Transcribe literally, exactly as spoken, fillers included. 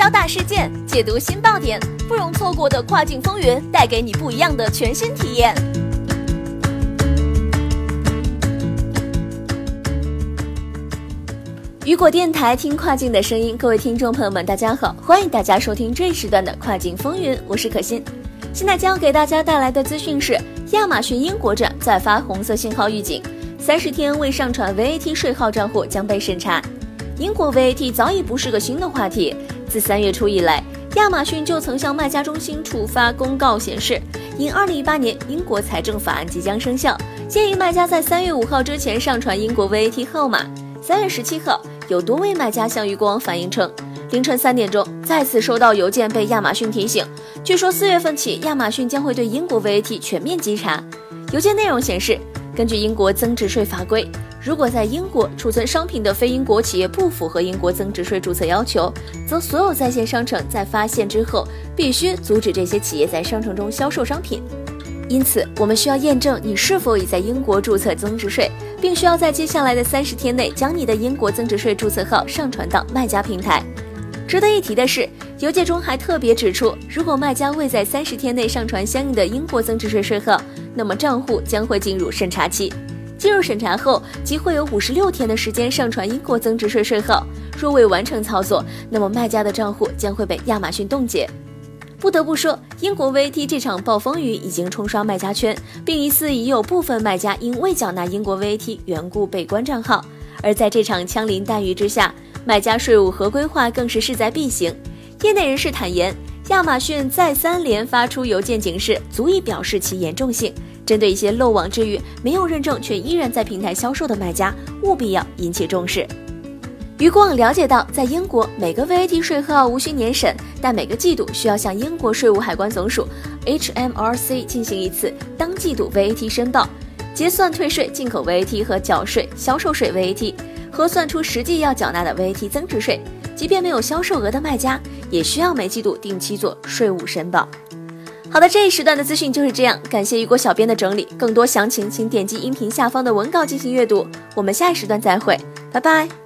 聊大事件，解读新爆点，不容错过的跨境风云，带给你不一样的全新体验。雨果电台，听跨境的声音。各位听众朋友们，大家好，欢迎大家收听这一时段的跨境风云，我是可心。现在将要给大家带来的资讯是，亚马逊英国站再发红色信号预警，三十天未上传 V A T 税号账户将被审查。英国 V A T 早已不是个新的话题，自三月初以来，亚马逊就曾向卖家中心处发公告显示，因二零一八年英国财政法案即将生效，建议卖家在三月五号之前上传英国 V A T 号码。三月十七号，有多位卖家向于官网反映称，凌晨三点钟再次收到邮件被亚马逊提醒，据说四月份起亚马逊将会对英国 V A T 全面稽查。邮件内容显示，根据英国增值税法规，如果在英国储存商品的非英国企业不符合英国增值税注册要求，则所有在线商城在发现之后必须阻止这些企业在商城中销售商品。因此，我们需要验证你是否已在英国注册增值税，并需要在接下来的三十天内将你的英国增值税注册号上传到卖家平台。值得一提的是，邮件中还特别指出，如果卖家未在三十天内上传相应的英国增值税税号，那么账户将会进入审查期。进入审查后，即会有五十六天的时间上传英国增值税税号。若未完成操作，那么卖家的账户将会被亚马逊冻结。不得不说，英国 V A T 这场暴风雨已经冲刷卖家圈，并疑似已有部分卖家因未缴纳英国 V A T 缘故被关账号。而在这场枪林弹雨之下，卖家税务合规化更是势在必行。业内人士坦言，亚马逊再三连发出邮件警示，足以表示其严重性。针对一些漏网之鱼、没有认证却依然在平台销售的卖家，务必要引起重视。于过往了解到，在英国每个 V A T 税号无需年审，但每个季度需要向英国税务海关总署 H M R C 进行一次当季度 V A T 申报，结算退税进口 V A T 和缴税销售税 V A T， 核算出实际要缴纳的 V A T 增值税。即便没有销售额的卖家，也需要每季度定期做税务申报。好的，这一时段的资讯就是这样，感谢雨果小编的整理，更多详情请点击音频下方的文稿进行阅读。我们下一时段再会，拜拜。